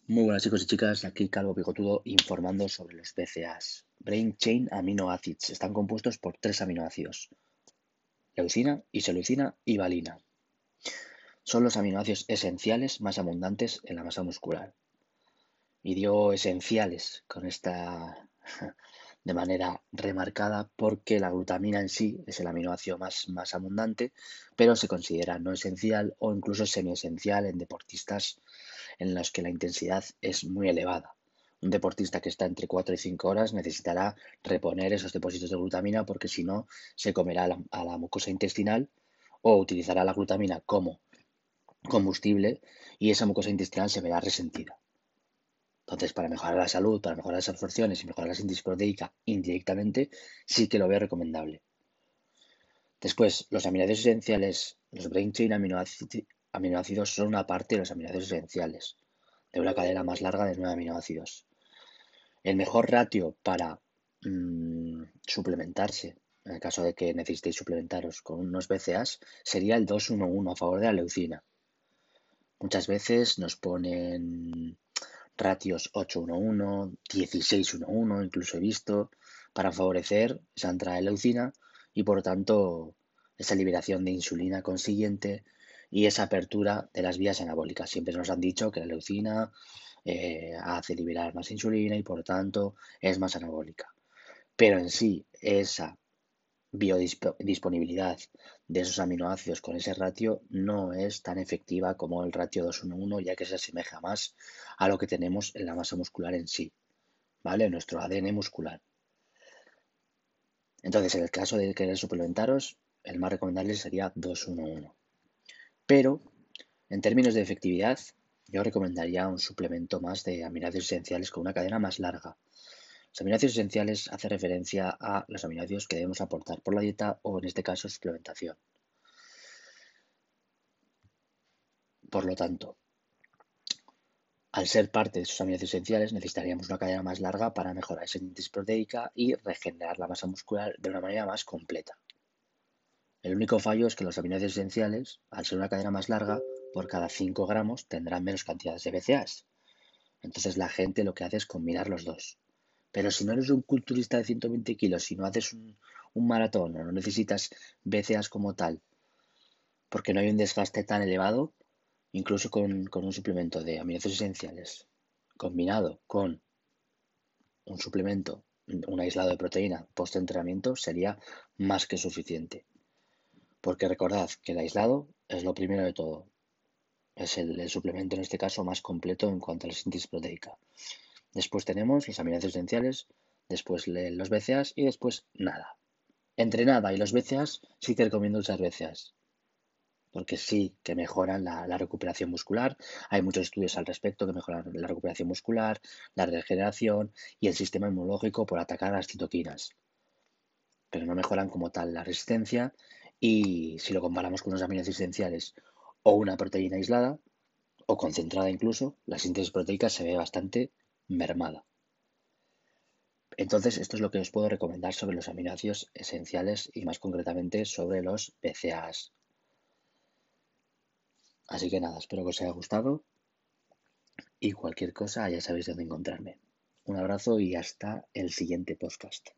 Muy buenas chicos y chicas, aquí Calvo Picotudo informando sobre los BCAAs. Brain Chain Amino Acids. Están compuestos por tres aminoácidos, leucina, isoleucina y valina. Son los aminoácidos esenciales más abundantes en la masa muscular. Y digo esenciales con esta de manera remarcada porque la glutamina en sí es el aminoácido más abundante, pero se considera no esencial o incluso semiesencial en deportistas en los que la intensidad es muy elevada. Un deportista que está entre 4 y 5 horas necesitará reponer esos depósitos de glutamina porque si no se comerá a la mucosa intestinal o utilizará la glutamina como combustible y esa mucosa intestinal se verá resentida. Entonces, para mejorar la salud, para mejorar las absorciones y mejorar la síntesis proteica indirectamente, sí que lo veo recomendable. Después, los aminoácidos esenciales, los brain chain aminoácidos son una parte de los aminoácidos esenciales, de una cadena más larga de 9 aminoácidos. El mejor ratio para suplementarse, en el caso de que necesitéis suplementaros con unos BCAAs, sería el 2-1-1 a favor de la leucina. Muchas veces nos ponen ratios 8-1-1, 16-1-1, incluso he visto, para favorecer esa entrada de leucina y por tanto esa liberación de insulina consiguiente y esa apertura de las vías anabólicas. Siempre nos han dicho que la leucina hace liberar más insulina y por tanto es más anabólica. Pero en sí, esa biodisponibilidad de esos aminoácidos con ese ratio no es tan efectiva como el ratio 2-1-1, ya que se asemeja más a lo que tenemos en la masa muscular en sí, ¿vale? Nuestro ADN muscular. Entonces, en el caso de querer suplementaros, el más recomendable sería 2-1-1. Pero, en términos de efectividad, yo recomendaría un suplemento más de aminoácidos esenciales con una cadena más larga. Los aminoácidos esenciales hace referencia a los aminoácidos que debemos aportar por la dieta o, en este caso, suplementación. Por lo tanto, al ser parte de esos aminoácidos esenciales, necesitaríamos una cadena más larga para mejorar esa síntesis proteica y regenerar la masa muscular de una manera más completa. El único fallo es que los aminoácidos esenciales, al ser una cadena más larga, por cada 5 gramos tendrán menos cantidades de BCAAs. Entonces la gente lo que hace es combinar los dos. Pero si no eres un culturista de 120 kilos, si no haces un maratón o no necesitas BCAAs como tal, porque no hay un desgaste tan elevado, incluso con un suplemento de aminoácidos esenciales combinado con un suplemento, un aislado de proteína post-entrenamiento sería más que suficiente. Porque recordad que el aislado es lo primero de todo. Es el suplemento en este caso más completo en cuanto a la síntesis proteica. Después tenemos los aminoácidos esenciales, después los BCAAs y después nada. Entre nada y los BCAAs sí te recomiendo usar BCAAs, porque sí que mejoran la recuperación muscular. Hay muchos estudios al respecto que mejoran la recuperación muscular, la regeneración y el sistema inmunológico por atacar a las citoquinas, pero no mejoran como tal la resistencia y si lo comparamos con unos aminoácidos esenciales o una proteína aislada o concentrada incluso, la síntesis proteica se ve bastante mermada. Entonces, esto es lo que os puedo recomendar sobre los aminoácidos esenciales y más concretamente sobre los BCAAs. Así que nada, espero que os haya gustado y cualquier cosa ya sabéis dónde encontrarme. Un abrazo y hasta el siguiente podcast.